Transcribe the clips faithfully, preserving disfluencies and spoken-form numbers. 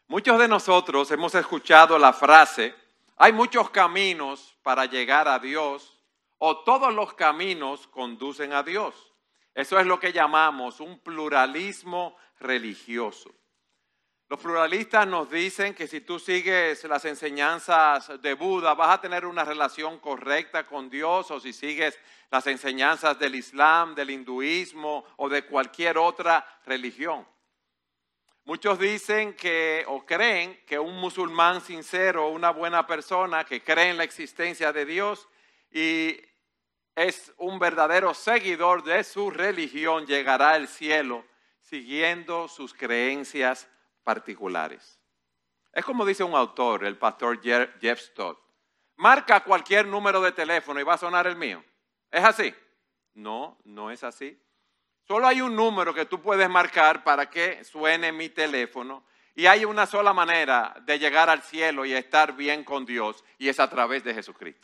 Muchos de nosotros hemos escuchado la frase, hay muchos caminos para llegar a Dios o todos los caminos conducen a Dios. Eso es lo que llamamos un pluralismo religioso. Los pluralistas nos dicen que si tú sigues las enseñanzas de Buda vas a tener una relación correcta con Dios, o si sigues las enseñanzas del Islam, del hinduismo o de cualquier otra religión. Muchos dicen que o creen que un musulmán sincero, una buena persona que cree en la existencia de Dios y es un verdadero seguidor de su religión, llegará al cielo siguiendo sus creencias particulares. Es como dice un autor, el pastor Jeff Stott, marca cualquier número de teléfono y va a sonar el mío. ¿Es así? No, no es así. Solo hay un número que tú puedes marcar para que suene mi teléfono y hay una sola manera de llegar al cielo y estar bien con Dios, y es a través de Jesucristo.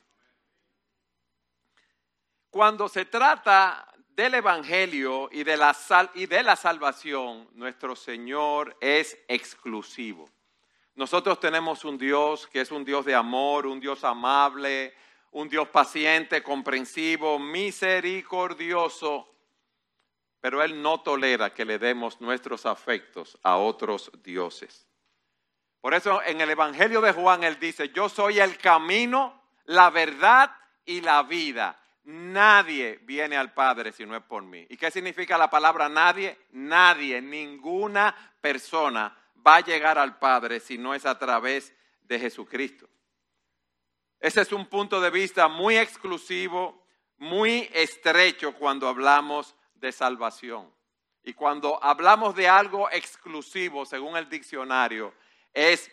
Cuando se trata del Evangelio y de la sal- y de la salvación, nuestro Señor es exclusivo. Nosotros tenemos un Dios que es un Dios de amor, un Dios amable, un Dios paciente, comprensivo, misericordioso, pero Él no tolera que le demos nuestros afectos a otros dioses. Por eso en el Evangelio de Juan Él dice, yo soy el camino, la verdad y la vida. Nadie viene al Padre si no es por mí. ¿Y qué significa la palabra nadie? Nadie, ninguna persona va a llegar al Padre si no es a través de Jesucristo. Ese es un punto de vista muy exclusivo, muy estrecho cuando hablamos de salvación. Y cuando hablamos de algo exclusivo, según el diccionario, es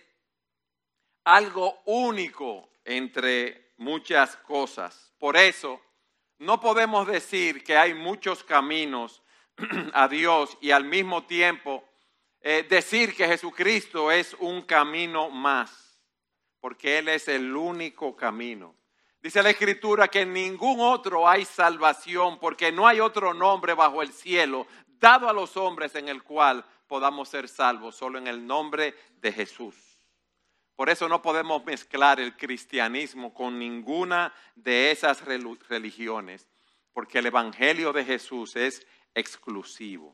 algo único entre muchas cosas. Por eso, no podemos decir que hay muchos caminos a Dios y al mismo tiempo eh, decir que Jesucristo es un camino más, porque Él es el único camino. Dice la Escritura que en ningún otro hay salvación, porque no hay otro nombre bajo el cielo dado a los hombres en el cual podamos ser salvos, solo en el nombre de Jesús. Por eso no podemos mezclar el cristianismo con ninguna de esas religiones, porque el Evangelio de Jesús es exclusivo.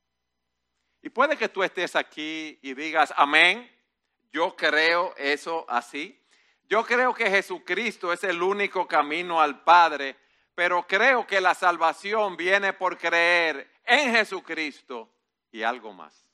Y puede que tú estés aquí y digas, amén, yo creo eso así. Yo creo que Jesucristo es el único camino al Padre, pero creo que la salvación viene por creer en Jesucristo y algo más.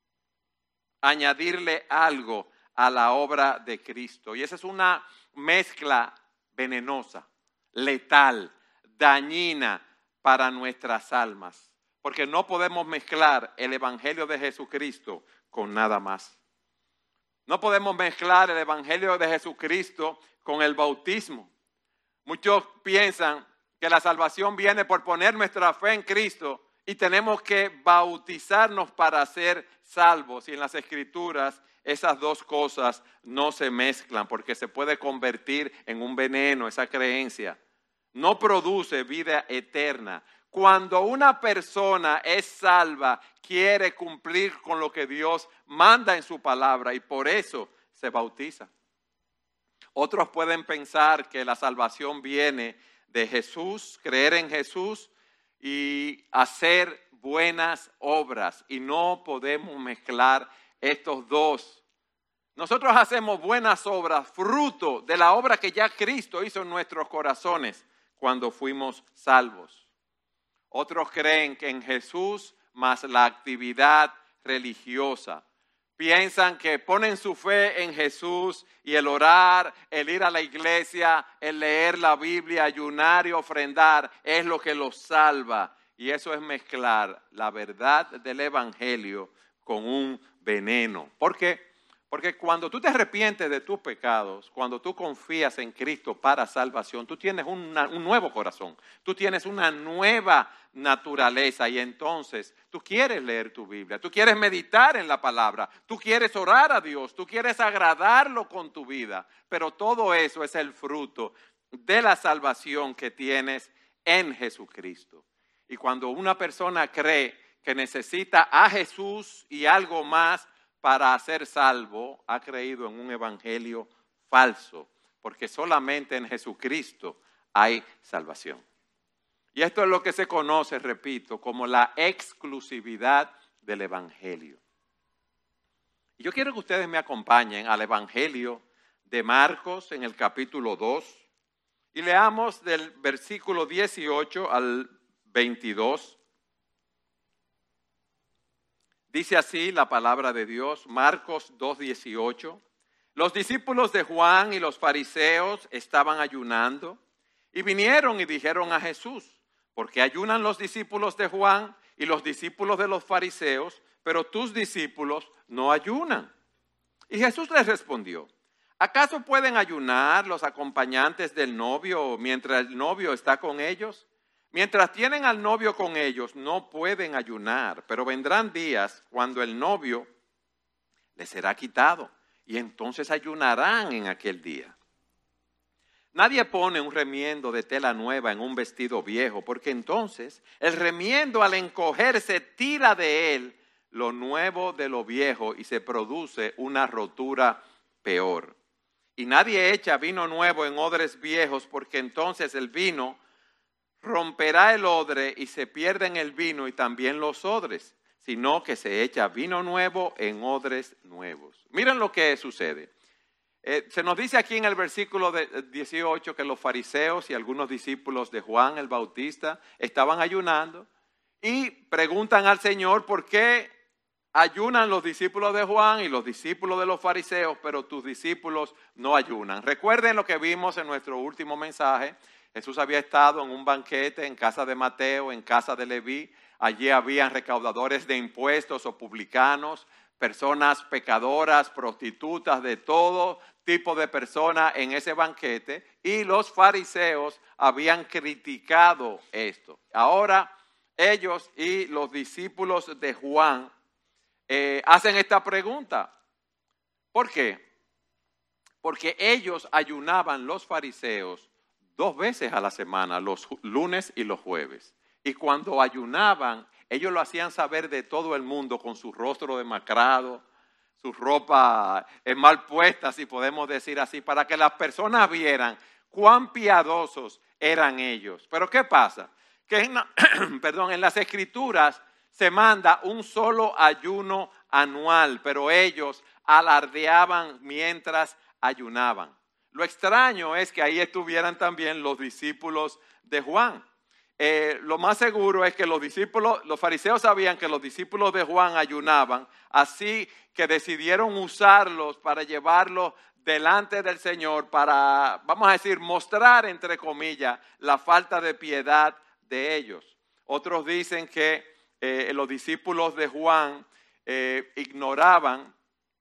Añadirle algo a la obra de Cristo. Y esa es una mezcla venenosa, letal, dañina para nuestras almas. Porque no podemos mezclar el Evangelio de Jesucristo con nada más. No podemos mezclar el Evangelio de Jesucristo con el bautismo. Muchos piensan que la salvación viene por poner nuestra fe en Cristo y tenemos que bautizarnos para ser salvos. Y en las Escrituras esas dos cosas no se mezclan porque se puede convertir en un veneno esa creencia. No produce vida eterna. Cuando una persona es salva, quiere cumplir con lo que Dios manda en su palabra y por eso se bautiza. Otros pueden pensar que la salvación viene de Jesús, creer en Jesús y hacer buenas obras. Y no podemos mezclar estos dos. Nosotros hacemos buenas obras, fruto de la obra que ya Cristo hizo en nuestros corazones cuando fuimos salvos. Otros creen que en Jesús más la actividad religiosa. Piensan que ponen su fe en Jesús y el orar, el ir a la iglesia, el leer la Biblia, ayunar y ofrendar es lo que los salva. Y eso es mezclar la verdad del Evangelio con un veneno. ¿Por qué? Porque cuando tú te arrepientes de tus pecados, cuando tú confías en Cristo para salvación, tú tienes una, un nuevo corazón, tú tienes una nueva naturaleza y entonces tú quieres leer tu Biblia, tú quieres meditar en la palabra, tú quieres orar a Dios, tú quieres agradarlo con tu vida, pero todo eso es el fruto de la salvación que tienes en Jesucristo. Y cuando una persona cree que necesita a Jesús y algo más para ser salvo ha creído en un evangelio falso, porque solamente en Jesucristo hay salvación. Y esto es lo que se conoce, repito, como la exclusividad del evangelio. Y yo quiero que ustedes me acompañen al evangelio de Marcos en el capítulo dos y leamos del versículo dieciocho al veintidós. Dice así la palabra de Dios, Marcos dos dieciocho. Los discípulos de Juan y los fariseos estaban ayunando y vinieron y dijeron a Jesús: ¿por qué ayunan los discípulos de Juan y los discípulos de los fariseos, pero tus discípulos no ayunan? Y Jesús les respondió: ¿acaso pueden ayunar los acompañantes del novio mientras el novio está con ellos? Mientras tienen al novio con ellos, no pueden ayunar, pero vendrán días cuando el novio les será quitado, y entonces ayunarán en aquel día. Nadie pone un remiendo de tela nueva en un vestido viejo, porque entonces el remiendo al encogerse tira de él lo nuevo de lo viejo y se produce una rotura peor. Y nadie echa vino nuevo en odres viejos, porque entonces el vino romperá el odre y se pierde en el vino y también los odres, sino que se echa vino nuevo en odres nuevos. Miren lo que sucede. Eh, se nos dice aquí en el versículo de dieciocho que los fariseos y algunos discípulos de Juan el Bautista estaban ayunando y preguntan al Señor: ¿por qué ayunan los discípulos de Juan y los discípulos de los fariseos, pero tus discípulos no ayunan? Recuerden lo que vimos en nuestro último mensaje. Jesús había estado en un banquete en casa de Mateo, en casa de Leví. Allí habían recaudadores de impuestos o publicanos, personas pecadoras, prostitutas, de todo tipo de personas en ese banquete. Y los fariseos habían criticado esto. Ahora ellos y los discípulos de Juan eh, hacen esta pregunta. ¿Por qué? Porque ellos ayunaban, los fariseos, dos veces a la semana, los lunes y los jueves. Y cuando ayunaban, ellos lo hacían saber de todo el mundo con su rostro demacrado, su ropa mal puesta, si podemos decir así, para que las personas vieran cuán piadosos eran ellos. Pero ¿qué pasa? Que en, perdón, en las Escrituras se manda un solo ayuno anual, pero ellos alardeaban mientras ayunaban. Lo extraño es que ahí estuvieran también los discípulos de Juan. Eh, lo más seguro es que los discípulos, los fariseos sabían que los discípulos de Juan ayunaban, así que decidieron usarlos para llevarlos delante del Señor para, vamos a decir, mostrar, entre comillas, la falta de piedad de ellos. Otros dicen que eh, los discípulos de Juan eh, ignoraban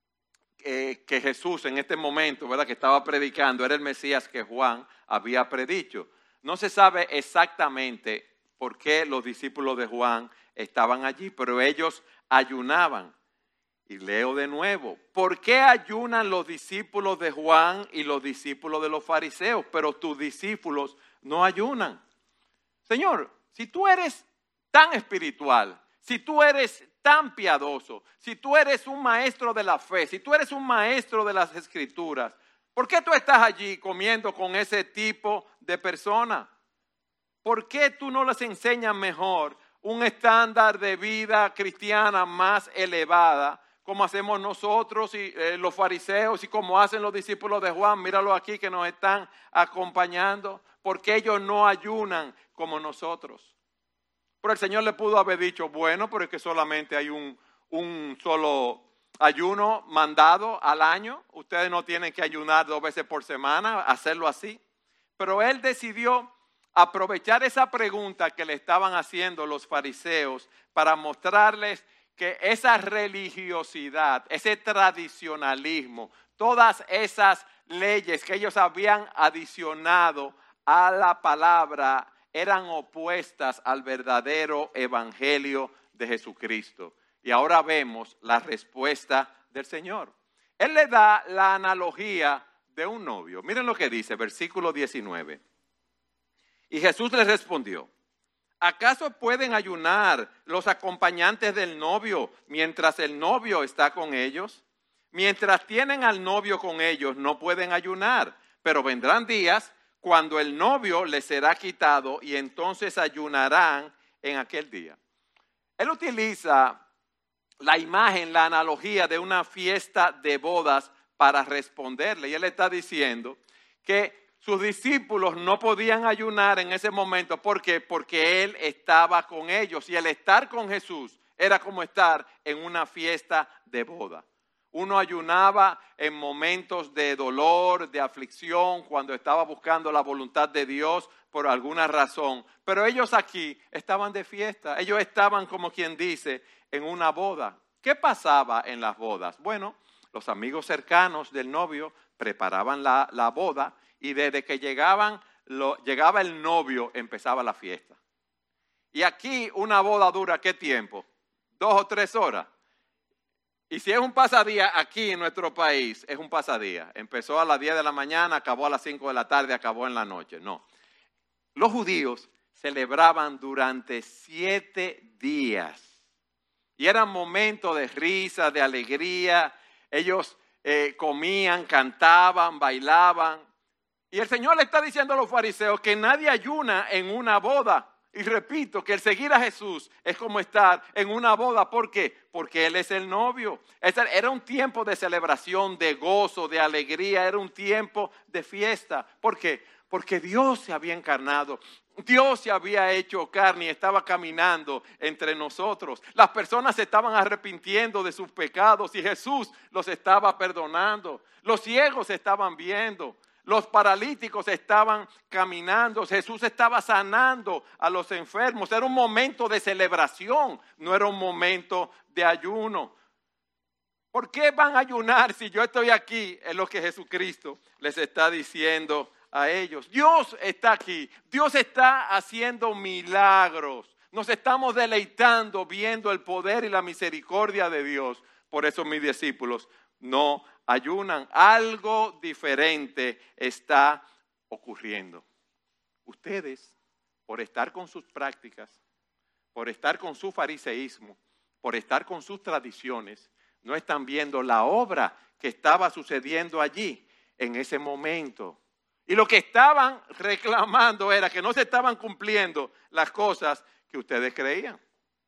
Eh, que Jesús en este momento, ¿verdad?, que estaba predicando, era el Mesías que Juan había predicho. No se sabe exactamente por qué los discípulos de Juan estaban allí, pero ellos ayunaban. Y leo de nuevo: ¿por qué ayunan los discípulos de Juan y los discípulos de los fariseos, pero tus discípulos no ayunan? Señor, si tú eres tan espiritual, si tú eres tan piadoso, si tú eres un maestro de la fe, si tú eres un maestro de las Escrituras, ¿por qué tú estás allí comiendo con ese tipo de personas? ¿Por qué tú no les enseñas mejor un estándar de vida cristiana más elevada, como hacemos nosotros y eh, los fariseos y como hacen los discípulos de Juan? Míralo aquí que nos están acompañando. ¿Por qué ellos no ayunan como nosotros? Pero el Señor le pudo haber dicho: bueno, pero es que solamente hay un, un solo ayuno mandado al año. Ustedes no tienen que ayunar dos veces por semana, hacerlo así. Pero Él decidió aprovechar esa pregunta que le estaban haciendo los fariseos para mostrarles que esa religiosidad, ese tradicionalismo, todas esas leyes que ellos habían adicionado a la palabra eran opuestas al verdadero evangelio de Jesucristo. Y ahora vemos la respuesta del Señor. Él le da la analogía de un novio. Miren lo que dice, versículo diecinueve. Y Jesús les respondió: ¿Acaso pueden ayunar los acompañantes del novio mientras el novio está con ellos? Mientras tienen al novio con ellos, no pueden ayunar, pero vendrán días cuando el novio les será quitado y entonces ayunarán en aquel día. Él utiliza la imagen, la analogía de una fiesta de bodas para responderle. Y él está diciendo que sus discípulos no podían ayunar en ese momento. ¿Por qué? Porque Él estaba con ellos. Y el estar con Jesús era como estar en una fiesta de boda. Uno ayunaba en momentos de dolor, de aflicción, cuando estaba buscando la voluntad de Dios por alguna razón. Pero ellos aquí estaban de fiesta. Ellos estaban, como quien dice, en una boda. ¿Qué pasaba en las bodas? Bueno, los amigos cercanos del novio preparaban la, la boda. Y desde que llegaban, lo, llegaba el novio, empezaba la fiesta. Y aquí una boda dura, ¿qué tiempo? Dos o tres horas. Y si es un pasadía aquí en nuestro país, es un pasadía. Empezó a las diez de la mañana, acabó a las cinco de la tarde, acabó en la noche. No. Los judíos celebraban durante siete días. Y eran momentos de risa, de alegría. Ellos eh, comían, cantaban, bailaban. Y el Señor le está diciendo a los fariseos que nadie ayuna en una boda. Y repito, que el seguir a Jesús es como estar en una boda. ¿Por qué? Porque Él es el novio. Era un tiempo de celebración, de gozo, de alegría. Era un tiempo de fiesta. ¿Por qué? Porque Dios se había encarnado. Dios se había hecho carne y estaba caminando entre nosotros. Las personas se estaban arrepintiendo de sus pecados y Jesús los estaba perdonando. Los ciegos estaban viendo. Los paralíticos estaban caminando, Jesús estaba sanando a los enfermos. Era un momento de celebración, no era un momento de ayuno. ¿Por qué van a ayunar si yo estoy aquí? Es lo que Jesucristo les está diciendo a ellos. Dios está aquí, Dios está haciendo milagros. Nos estamos deleitando viendo el poder y la misericordia de Dios. Por eso mis discípulos no ayunan. Algo diferente está ocurriendo. Ustedes, por estar con sus prácticas, por estar con su fariseísmo, por estar con sus tradiciones, no están viendo la obra que estaba sucediendo allí en ese momento. Y lo que estaban reclamando era que no se estaban cumpliendo las cosas que ustedes creían.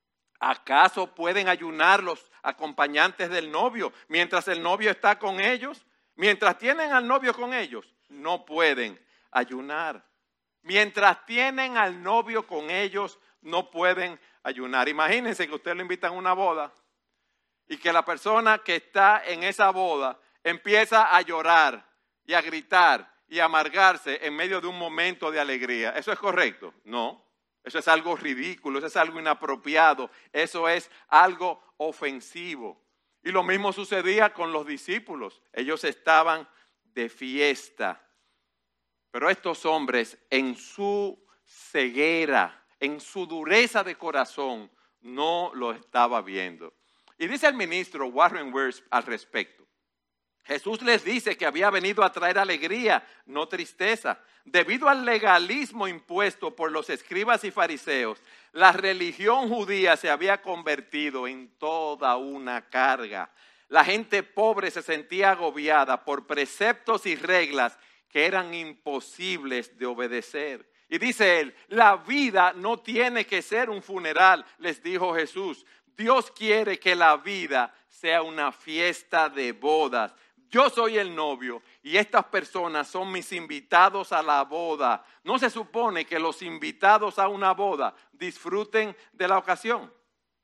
¿Acaso pueden ayunar los acompañantes del novio mientras el novio está con ellos? Mientras tienen al novio con ellos, no pueden ayunar. Mientras tienen al novio con ellos, no pueden ayunar. Imagínense que usted lo invitan a una boda y que la persona que está en esa boda empieza a llorar y a gritar y a amargarse en medio de un momento de alegría. ¿Eso es correcto? No. Eso es algo ridículo, eso es algo inapropiado, eso es algo ofensivo. Y lo mismo sucedía con los discípulos. Ellos estaban de fiesta. Pero estos hombres en su ceguera, en su dureza de corazón, no lo estaba viendo. Y dice el ministro Warren Wiersbe al respecto. Jesús les dice que había venido a traer alegría, no tristeza. Debido al legalismo impuesto por los escribas y fariseos, la religión judía se había convertido en toda una carga. La gente pobre se sentía agobiada por preceptos y reglas que eran imposibles de obedecer. Y dice él, la vida no tiene que ser un funeral, les dijo Jesús. Dios quiere que la vida sea una fiesta de bodas. Yo soy el novio y estas personas son mis invitados a la boda. ¿No se supone que los invitados a una boda disfruten de la ocasión?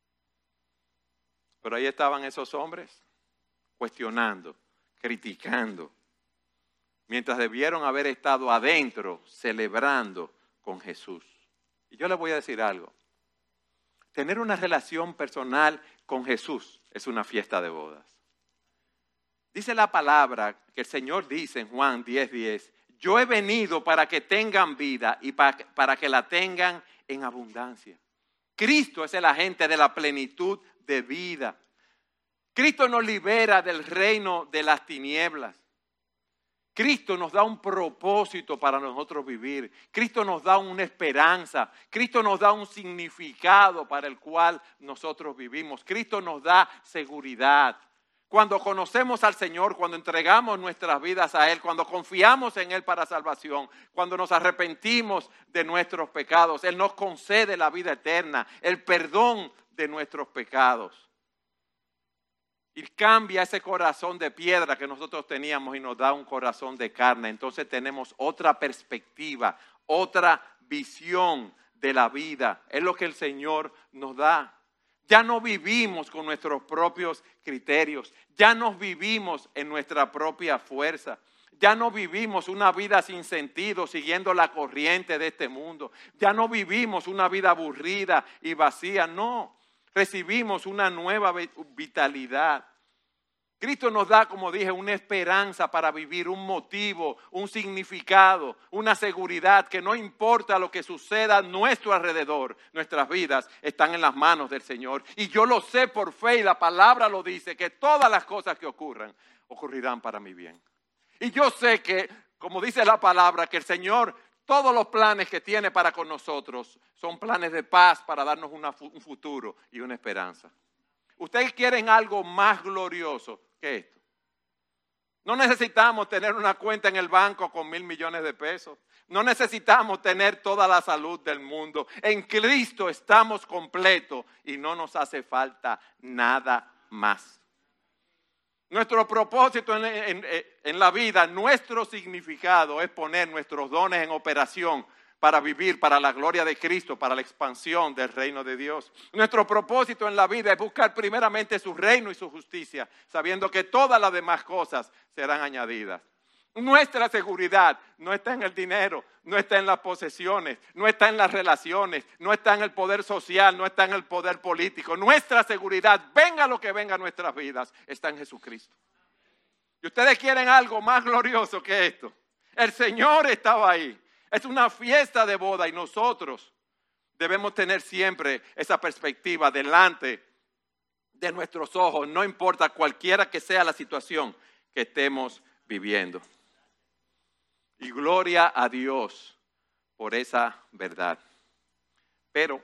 Pero ahí estaban esos hombres cuestionando, criticando, mientras debieron haber estado adentro celebrando con Jesús. Y yo les voy a decir algo. Tener una relación personal con Jesús es una fiesta de bodas. Dice la palabra que el Señor dice en Juan diez diez, yo he venido para que tengan vida y para, para que la tengan en abundancia. Cristo es el agente de la plenitud de vida. Cristo nos libera del reino de las tinieblas. Cristo nos da un propósito para nosotros vivir. Cristo nos da una esperanza. Cristo nos da un significado para el cual nosotros vivimos. Cristo nos da seguridad. Cuando conocemos al Señor, cuando entregamos nuestras vidas a Él, cuando confiamos en Él para salvación, cuando nos arrepentimos de nuestros pecados, Él nos concede la vida eterna, el perdón de nuestros pecados. Y cambia ese corazón de piedra que nosotros teníamos y nos da un corazón de carne. Entonces tenemos otra perspectiva, otra visión de la vida. Es lo que el Señor nos da. Ya no vivimos con nuestros propios criterios. Ya no vivimos en nuestra propia fuerza. Ya no vivimos una vida sin sentido, siguiendo la corriente de este mundo. Ya no vivimos una vida aburrida y vacía, no. Recibimos una nueva vitalidad. Cristo nos da, como dije, una esperanza para vivir, un motivo, un significado, una seguridad que no importa lo que suceda a nuestro alrededor, nuestras vidas están en las manos del Señor. Y yo lo sé por fe y la palabra lo dice, que todas las cosas que ocurran, ocurrirán para mi bien. Y yo sé que, como dice la palabra, que el Señor, todos los planes que tiene para con nosotros son planes de paz para darnos una, un futuro y una esperanza. Ustedes quieren algo más glorioso que esto. No necesitamos tener una cuenta en el banco con mil millones de pesos. No necesitamos tener toda la salud del mundo. En Cristo estamos completos y no nos hace falta nada más. Nuestro propósito en, en, en la vida, nuestro significado es poner nuestros dones en operación para vivir para la gloria de Cristo, para la expansión del reino de Dios. Nuestro propósito en la vida es buscar primeramente su reino y su justicia, sabiendo que todas las demás cosas serán añadidas. Nuestra seguridad no está en el dinero, no está en las posesiones, no está en las relaciones, no está en el poder social, no está en el poder político. Nuestra seguridad, venga lo que venga a nuestras vidas, está en Jesucristo. Y ustedes quieren algo más glorioso que esto. El Señor estaba ahí. Es una fiesta de boda y nosotros debemos tener siempre esa perspectiva delante de nuestros ojos, no importa cualquiera que sea la situación que estemos viviendo. Y gloria a Dios por esa verdad. Pero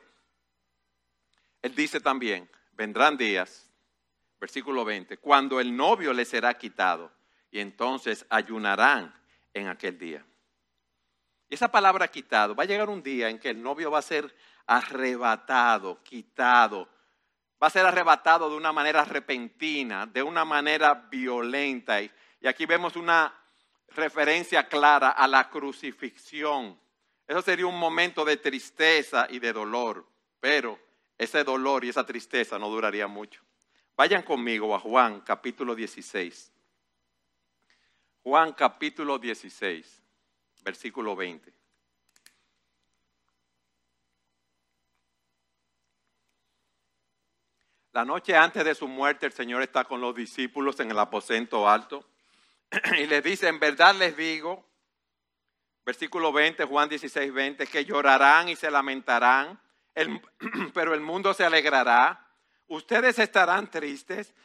Él dice también, vendrán días, versículo veinte, cuando el novio les será quitado y entonces ayunarán en aquel día. Y esa palabra quitado, va a llegar un día en que el novio va a ser arrebatado, quitado. Va a ser arrebatado de una manera repentina, de una manera violenta. Y, y aquí vemos una referencia clara a la crucifixión. Eso sería un momento de tristeza y de dolor, pero ese dolor y esa tristeza no duraría mucho. Vayan conmigo a Juan capítulo dieciséis. Juan capítulo dieciséis, versículo veinte. La noche antes de su muerte, el Señor está con los discípulos en el aposento alto y les dice, en verdad les digo, versículo veinte, Juan dieciséis, veinte, que llorarán y se lamentarán, el, pero el mundo se alegrará. Ustedes estarán tristes,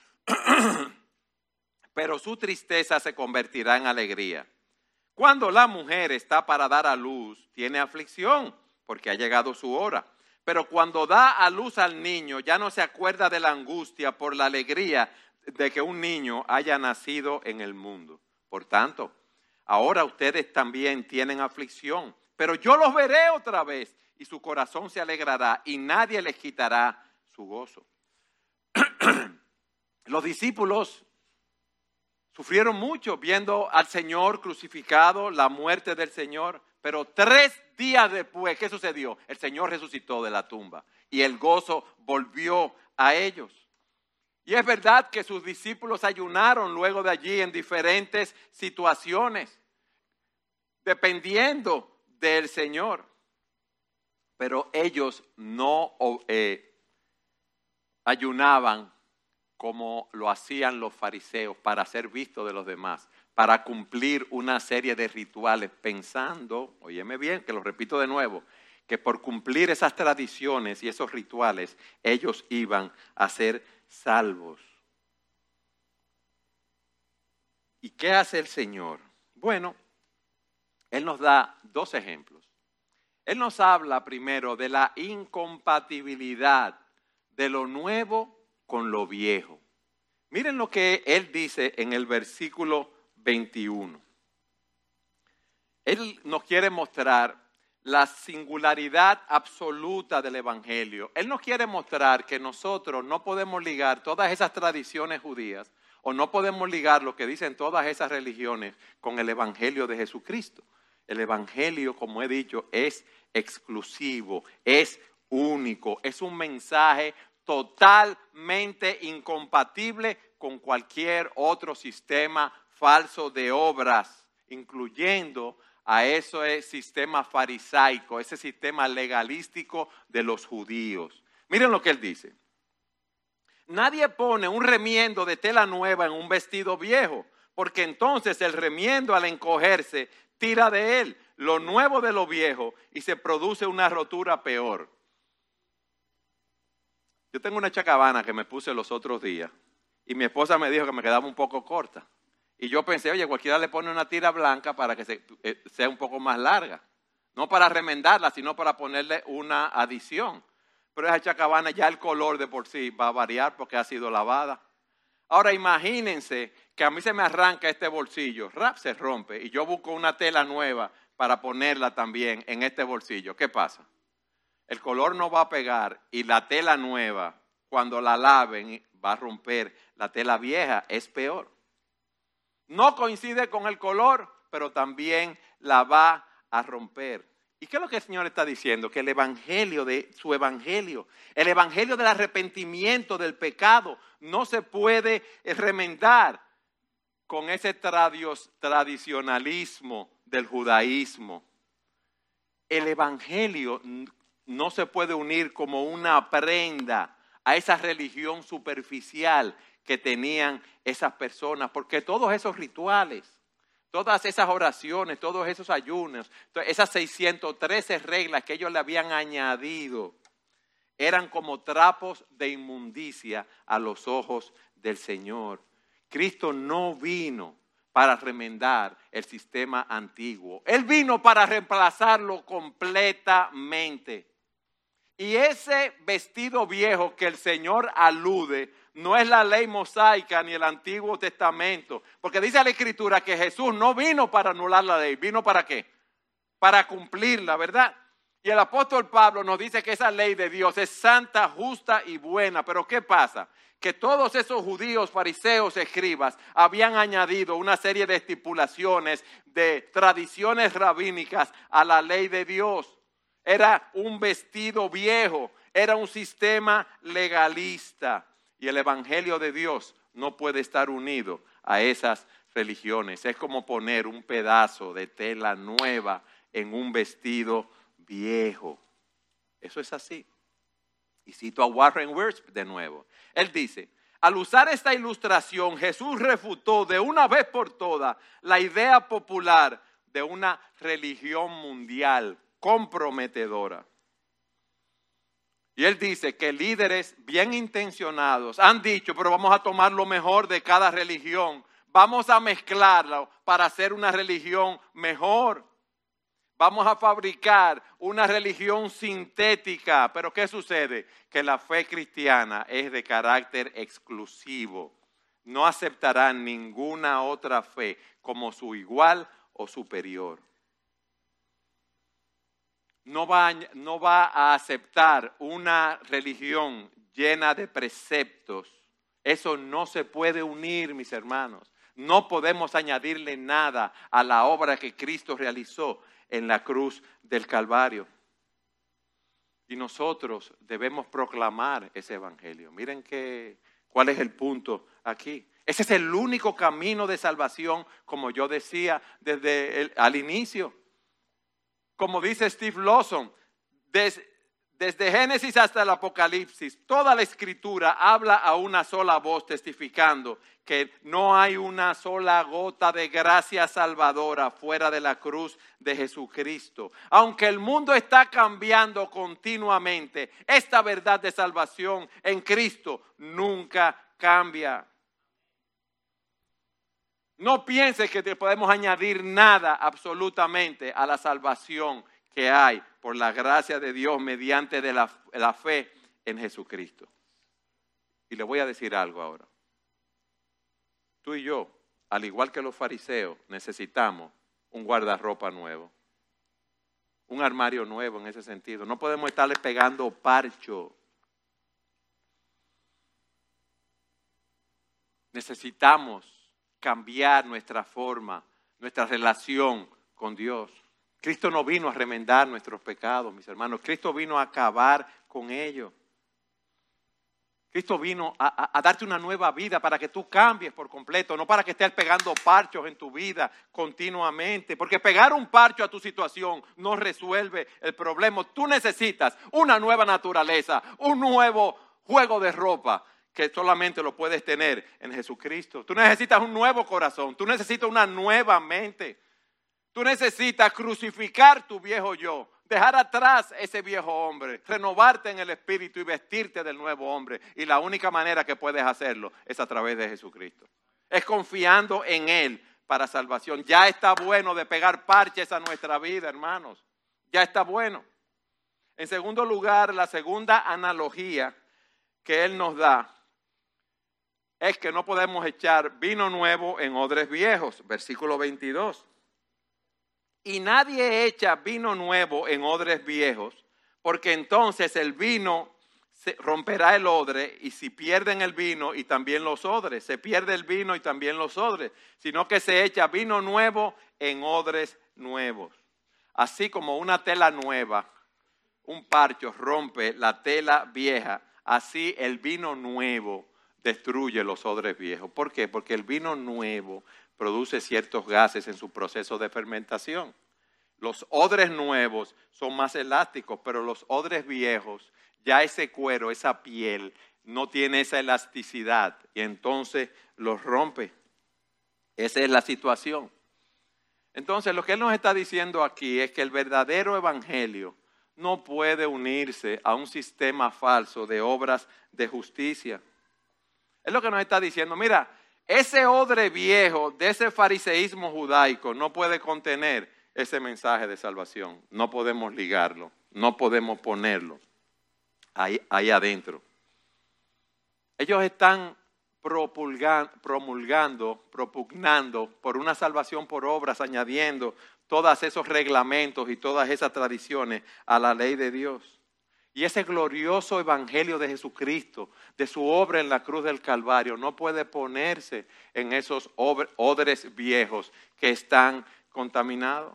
pero su tristeza se convertirá en alegría. Cuando la mujer está para dar a luz, tiene aflicción, porque ha llegado su hora. Pero cuando da a luz al niño, ya no se acuerda de la angustia por la alegría de que un niño haya nacido en el mundo. Por tanto, ahora ustedes también tienen aflicción, pero yo los veré otra vez y su corazón se alegrará y nadie les quitará su gozo. Los discípulos sufrieron mucho viendo al Señor crucificado, la muerte del Señor. Pero tres días después, ¿qué sucedió? El Señor resucitó de la tumba y el gozo volvió a ellos. Y es verdad que sus discípulos ayunaron luego de allí en diferentes situaciones, dependiendo del Señor. Pero ellos no eh, ayunaban como lo hacían los fariseos para ser vistos de los demás, para cumplir una serie de rituales, pensando, óyeme bien, que lo repito de nuevo, que por cumplir esas tradiciones y esos rituales, ellos iban a ser salvos. ¿Y qué hace el Señor? Bueno, Él nos da dos ejemplos. Él nos habla primero de la incompatibilidad de lo nuevo con lo viejo. Miren lo que Él dice en el versículo veintiuno. Él nos quiere mostrar la singularidad absoluta del Evangelio. Él nos quiere mostrar que nosotros no podemos ligar todas esas tradiciones judías o no podemos ligar lo que dicen todas esas religiones con el Evangelio de Jesucristo. El Evangelio, como he dicho, es exclusivo, es único, es un mensaje totalmente incompatible con cualquier otro sistema falso de obras, incluyendo a ese sistema farisaico, ese sistema legalístico de los judíos. Miren lo que él dice. Nadie pone un remiendo de tela nueva en un vestido viejo, porque entonces el remiendo al encogerse tira de él lo nuevo de lo viejo y se produce una rotura peor. Yo tengo una chacabana que me puse los otros días y mi esposa me dijo que me quedaba un poco corta. Y yo pensé, oye, cualquiera le pone una tira blanca para que se, eh, sea un poco más larga. No para remendarla, sino para ponerle una adición. Pero esa chacabana ya el color de por sí va a variar porque ha sido lavada. Ahora imagínense que a mí se me arranca este bolsillo, rap, se rompe y yo busco una tela nueva para ponerla también en este bolsillo. ¿Qué pasa? El color no va a pegar y la tela nueva, cuando la laven, va a romper. La tela vieja es peor. No coincide con el color, pero también la va a romper. ¿Y qué es lo que el Señor está diciendo? Que el evangelio de su evangelio, el evangelio del arrepentimiento del pecado, no se puede remendar con ese tradicionalismo del judaísmo. El evangelio no se puede unir como una prenda a esa religión superficial que tenían esas personas, porque todos esos rituales, todas esas oraciones, todos esos ayunos, esas seiscientas trece reglas que ellos le habían añadido, eran como trapos de inmundicia a los ojos del Señor. Cristo no vino para remendar el sistema antiguo. Él vino para reemplazarlo completamente. Y ese vestido viejo que el Señor alude no es la ley mosaica ni el Antiguo Testamento. Porque dice la Escritura que Jesús no vino para anular la ley. ¿Vino para qué? Para cumplirla, ¿verdad? Y el apóstol Pablo nos dice que esa ley de Dios es santa, justa y buena. Pero ¿qué pasa? Que todos esos judíos, fariseos, escribas habían añadido una serie de estipulaciones, de tradiciones rabínicas a la ley de Dios. Era un vestido viejo, era un sistema legalista. Y el evangelio de Dios no puede estar unido a esas religiones. Es como poner un pedazo de tela nueva en un vestido viejo. Eso es así. Y cito a Warren Wiersbe de nuevo. Él dice, al usar esta ilustración, Jesús refutó de una vez por todas la idea popular de una religión mundial comprometedora. Y él dice que líderes bien intencionados han dicho, pero vamos a tomar lo mejor de cada religión, vamos a mezclarlo para hacer una religión mejor. Vamos a fabricar una religión sintética. Pero ¿qué sucede? Que la fe cristiana es de carácter exclusivo. No aceptarán ninguna otra fe como su igual o superior. No va, no va a aceptar una religión llena de preceptos. Eso no se puede unir, mis hermanos. No podemos añadirle nada a la obra que Cristo realizó en la cruz del Calvario. Y nosotros debemos proclamar ese evangelio. Miren que, cuál es el punto aquí. Ese es el único camino de salvación, como yo decía desde el, al inicio. Como dice Steve Lawson, des, desde Génesis hasta el Apocalipsis, toda la Escritura habla a una sola voz testificando que no hay una sola gota de gracia salvadora fuera de la cruz de Jesucristo. Aunque el mundo está cambiando continuamente, esta verdad de salvación en Cristo nunca cambia. No pienses que te podemos añadir nada absolutamente a la salvación que hay por la gracia de Dios mediante de la, la fe en Jesucristo. Y le voy a decir algo ahora. Tú y yo, al igual que los fariseos, necesitamos un guardarropa nuevo. Un armario nuevo en ese sentido. No podemos estarle pegando parcho. Necesitamos cambiar nuestra forma, nuestra relación con Dios. Cristo no vino a remendar nuestros pecados, mis hermanos. Cristo vino a acabar con ellos. Cristo vino a, a, a darte una nueva vida para que tú cambies por completo, no para que estés pegando parchos en tu vida continuamente, porque pegar un parcho a tu situación no resuelve el problema. Tú necesitas una nueva naturaleza, un nuevo juego de ropa que solamente lo puedes tener en Jesucristo. Tú necesitas un nuevo corazón, tú necesitas una nueva mente. Tú necesitas crucificar tu viejo yo, dejar atrás ese viejo hombre, renovarte en el espíritu y vestirte del nuevo hombre. Y la única manera que puedes hacerlo es a través de Jesucristo. Es confiando en Él para salvación. Ya está bueno de pegar parches a nuestra vida, hermanos. Ya está bueno. En segundo lugar, la segunda analogía que Él nos da es que no podemos echar vino nuevo en odres viejos. Versículo veintidós. Y nadie echa vino nuevo en odres viejos, porque entonces el vino se romperá el odre, y si pierden el vino y también los odres, se pierde el vino y también los odres, sino que se echa vino nuevo en odres nuevos. Así como una tela nueva, un parcho rompe la tela vieja, así el vino nuevo destruye los odres viejos. ¿Por qué? Porque el vino nuevo produce ciertos gases en su proceso de fermentación. Los odres nuevos son más elásticos, pero los odres viejos, ya ese cuero, esa piel, no tiene esa elasticidad y entonces los rompe. Esa es la situación. Entonces, lo que Él nos está diciendo aquí es que el verdadero evangelio no puede unirse a un sistema falso de obras de justicia. Es lo que nos está diciendo. Mira, ese odre viejo de ese fariseísmo judaico no puede contener ese mensaje de salvación. No podemos ligarlo, no podemos ponerlo ahí, ahí adentro. Ellos están promulgando, propugnando por una salvación por obras, añadiendo todos esos reglamentos y todas esas tradiciones a la ley de Dios. Y ese glorioso evangelio de Jesucristo, de su obra en la cruz del Calvario, no puede ponerse en esos odres viejos que están contaminados.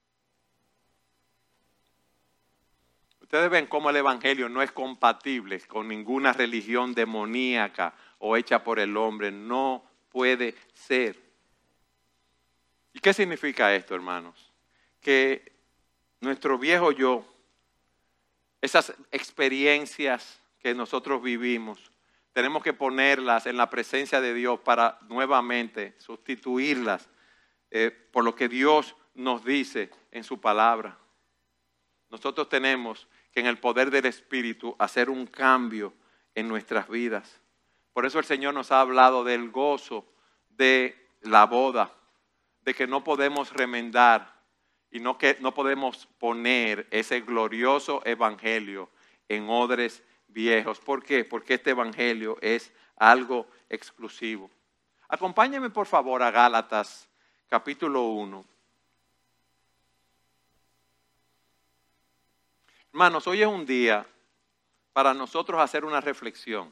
Ustedes ven cómo el evangelio no es compatible con ninguna religión demoníaca o hecha por el hombre. No puede ser. ¿Y qué significa esto, hermanos? Que nuestro viejo yo, esas experiencias que nosotros vivimos, tenemos que ponerlas en la presencia de Dios para nuevamente sustituirlas eh, por lo que Dios nos dice en su palabra. Nosotros tenemos que en el poder del Espíritu hacer un cambio en nuestras vidas. Por eso el Señor nos ha hablado del gozo de la boda, de que no podemos remendar y no, que, no podemos poner ese glorioso evangelio en odres viejos. ¿Por qué? Porque este evangelio es algo exclusivo. Acompáñenme por favor a Gálatas capítulo uno. Hermanos, hoy es un día para nosotros hacer una reflexión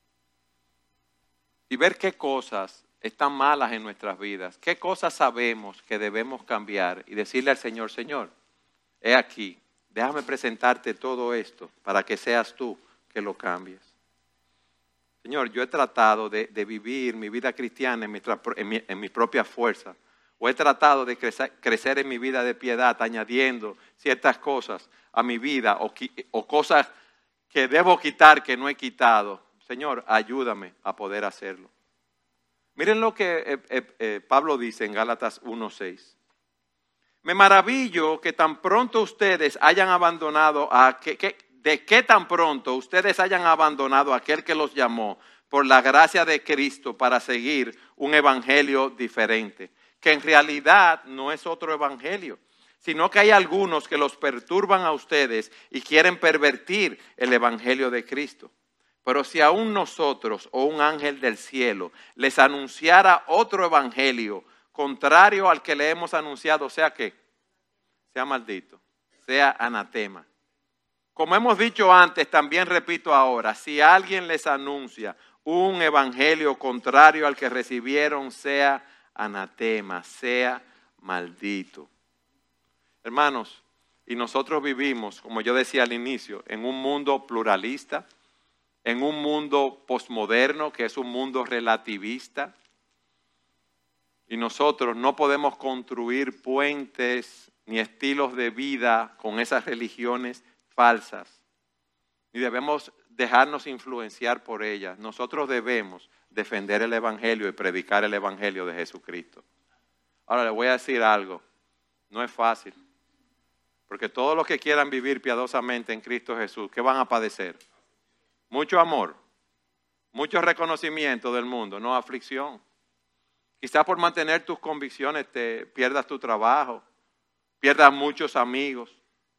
y ver qué cosas están malas en nuestras vidas, qué cosas sabemos que debemos cambiar y decirle al Señor, Señor, he aquí, déjame presentarte todo esto para que seas tú que lo cambies. Señor, yo he tratado de, de vivir mi vida cristiana en mi, en, mi, en mi propia fuerza, o he tratado de crecer, crecer en mi vida de piedad, añadiendo ciertas cosas a mi vida o, o cosas que debo quitar que no he quitado. Señor, ayúdame a poder hacerlo. Miren lo que eh, eh, eh, Pablo dice en Gálatas uno seis. Me maravillo que tan pronto ustedes hayan abandonado a que, que, de que tan pronto ustedes hayan abandonado a aquel que los llamó por la gracia de Cristo para seguir un evangelio diferente, que en realidad no es otro evangelio, sino que hay algunos que los perturban a ustedes y quieren pervertir el evangelio de Cristo. Pero si aún nosotros o un ángel del cielo les anunciara otro evangelio contrario al que le hemos anunciado, sea que sea maldito, sea anatema. Como hemos dicho antes, también repito ahora, si alguien les anuncia un evangelio contrario al que recibieron, sea anatema, sea maldito. Hermanos, y nosotros vivimos, como yo decía al inicio, en un mundo pluralista, en un mundo posmoderno que es un mundo relativista, y nosotros no podemos construir puentes ni estilos de vida con esas religiones falsas, ni debemos dejarnos influenciar por ellas. Nosotros debemos defender el evangelio y predicar el evangelio de Jesucristo. Ahora le voy a decir algo, no es fácil, porque todos los que quieran vivir piadosamente en Cristo Jesús, ¿qué van a padecer? Mucho amor, mucho reconocimiento del mundo, no aflicción. Quizás por mantener tus convicciones te pierdas tu trabajo, pierdas muchos amigos.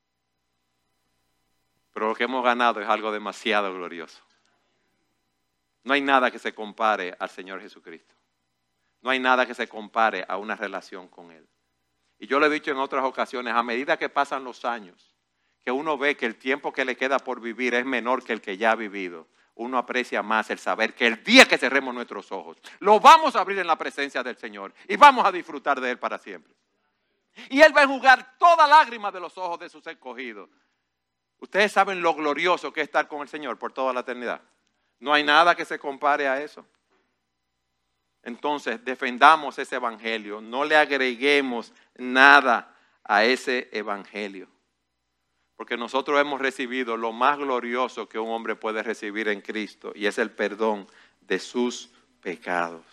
Pero lo que hemos ganado es algo demasiado glorioso. No hay nada que se compare al Señor Jesucristo. No hay nada que se compare a una relación con Él. Y yo lo he dicho en otras ocasiones, a medida que pasan los años, que uno ve que el tiempo que le queda por vivir es menor que el que ya ha vivido, uno aprecia más el saber que el día que cerremos nuestros ojos, lo vamos a abrir en la presencia del Señor y vamos a disfrutar de Él para siempre. Y Él va a enjugar toda lágrima de los ojos de sus escogidos. Ustedes saben lo glorioso que es estar con el Señor por toda la eternidad. No hay nada que se compare a eso. Entonces, defendamos ese evangelio, no le agreguemos nada a ese evangelio. Porque nosotros hemos recibido lo más glorioso que un hombre puede recibir en Cristo, y es el perdón de sus pecados.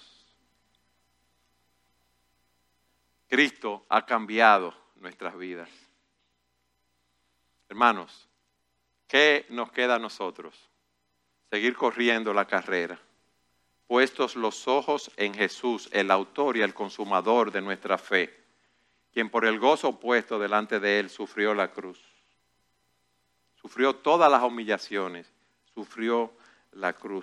Cristo ha cambiado nuestras vidas. Hermanos, ¿qué nos queda a nosotros? Seguir corriendo la carrera, puestos los ojos en Jesús, el autor y el consumador de nuestra fe, quien por el gozo puesto delante de Él sufrió la cruz. Sufrió todas las humillaciones, sufrió la cruz.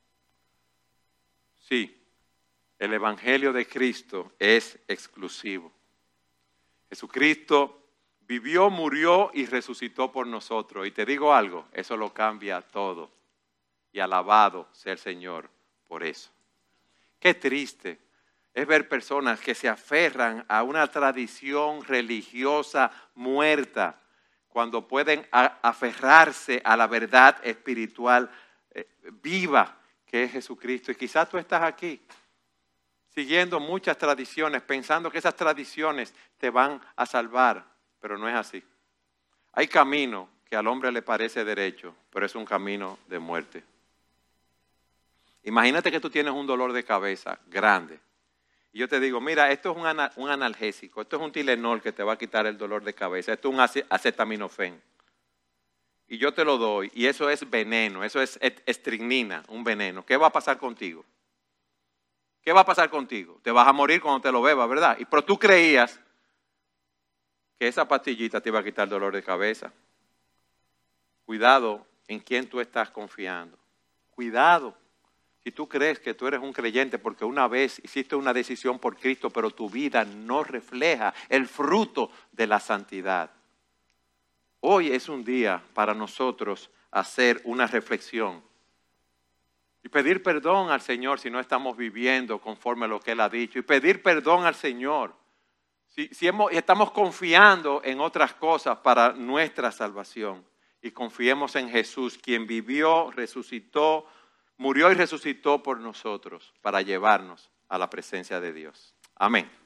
Sí, el evangelio de Cristo es exclusivo. Jesucristo vivió, murió y resucitó por nosotros. Y te digo algo, eso lo cambia todo. Y alabado sea el Señor por eso. Qué triste es ver personas que se aferran a una tradición religiosa muerta cuando pueden a, aferrarse a la verdad espiritual eh, viva que es Jesucristo. Y quizás tú estás aquí siguiendo muchas tradiciones, pensando que esas tradiciones te van a salvar, pero no es así. Hay camino que al hombre le parece derecho, pero es un camino de muerte. Imagínate que tú tienes un dolor de cabeza grande. Y yo te digo, mira, esto es un, ana, un analgésico, esto es un Tylenol que te va a quitar el dolor de cabeza, esto es un acetaminofén. Y yo te lo doy, y eso es veneno, eso es estricnina, un veneno. ¿Qué va a pasar contigo? ¿Qué va a pasar contigo? Te vas a morir cuando te lo bebas, ¿verdad? Y, pero tú creías que esa pastillita te iba a quitar el dolor de cabeza. Cuidado en quién tú estás confiando. Cuidado. Si tú crees que tú eres un creyente porque una vez hiciste una decisión por Cristo, pero tu vida no refleja el fruto de la santidad. Hoy es un día para nosotros hacer una reflexión y pedir perdón al Señor si no estamos viviendo conforme a lo que Él ha dicho. Y pedir perdón al Señor si, si hemos, estamos confiando en otras cosas para nuestra salvación. Y confiemos en Jesús, quien vivió, resucitó, murió y resucitó por nosotros para llevarnos a la presencia de Dios. Amén.